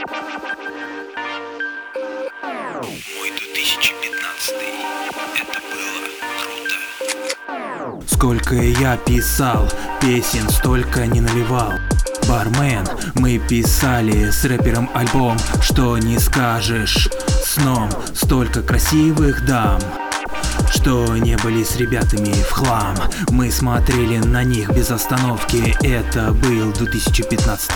Мой 2015, это было круто. Сколько я писал песен, столько не наливал. Бармен, мы писали с рэпером альбом, что не скажешь сном. Столько красивых дам, что не были с ребятами в хлам. Мы смотрели на них без остановки, это был 2015.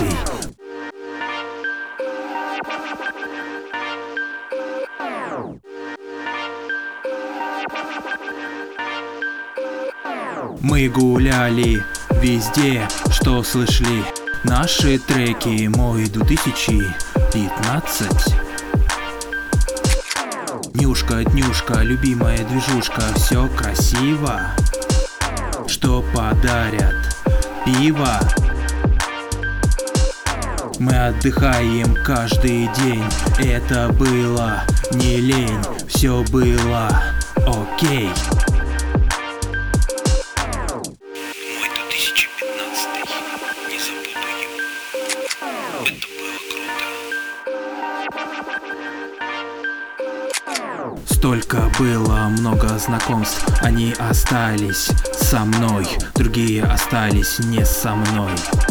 Мы гуляли везде, что слышали наши треки. Мой 2015. Нюшка, днюшка, любимая движушка, все красиво. Что подарят? Пиво. Мы отдыхаем каждый день, это было не лень, все было окей. Мой 2015, не забуду его. Это было круто. Столько было много знакомств, они остались со мной, другие остались не со мной.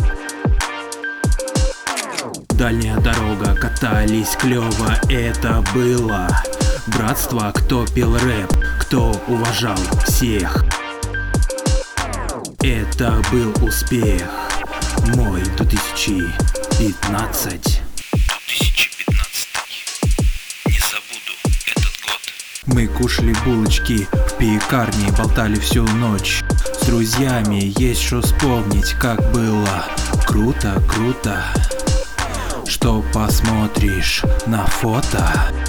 Дальняя дорога, катались клёво, это было братство, кто пел рэп, кто уважал всех. Это был успех, мой 2015. 2015, не забуду этот год. Мы кушали булочки в пекарне, болтали всю ночь. С друзьями есть что вспомнить, как было круто, круто. Что посмотришь на фото?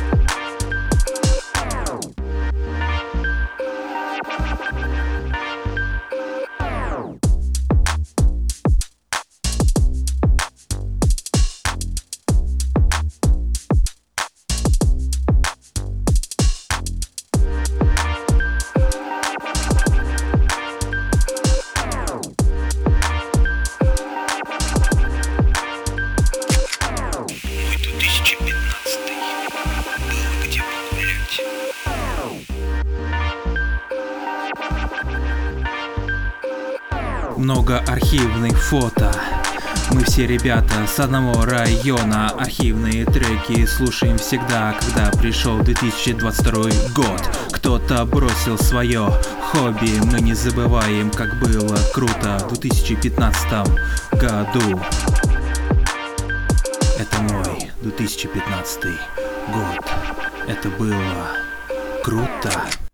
Много архивных фото. Мы все ребята с одного района. Архивные треки слушаем всегда, когда пришел 2022 год. Кто-то бросил свое хобби. Мы не забываем, как было круто в 2015 году. Это мой 2015 год. Это было круто.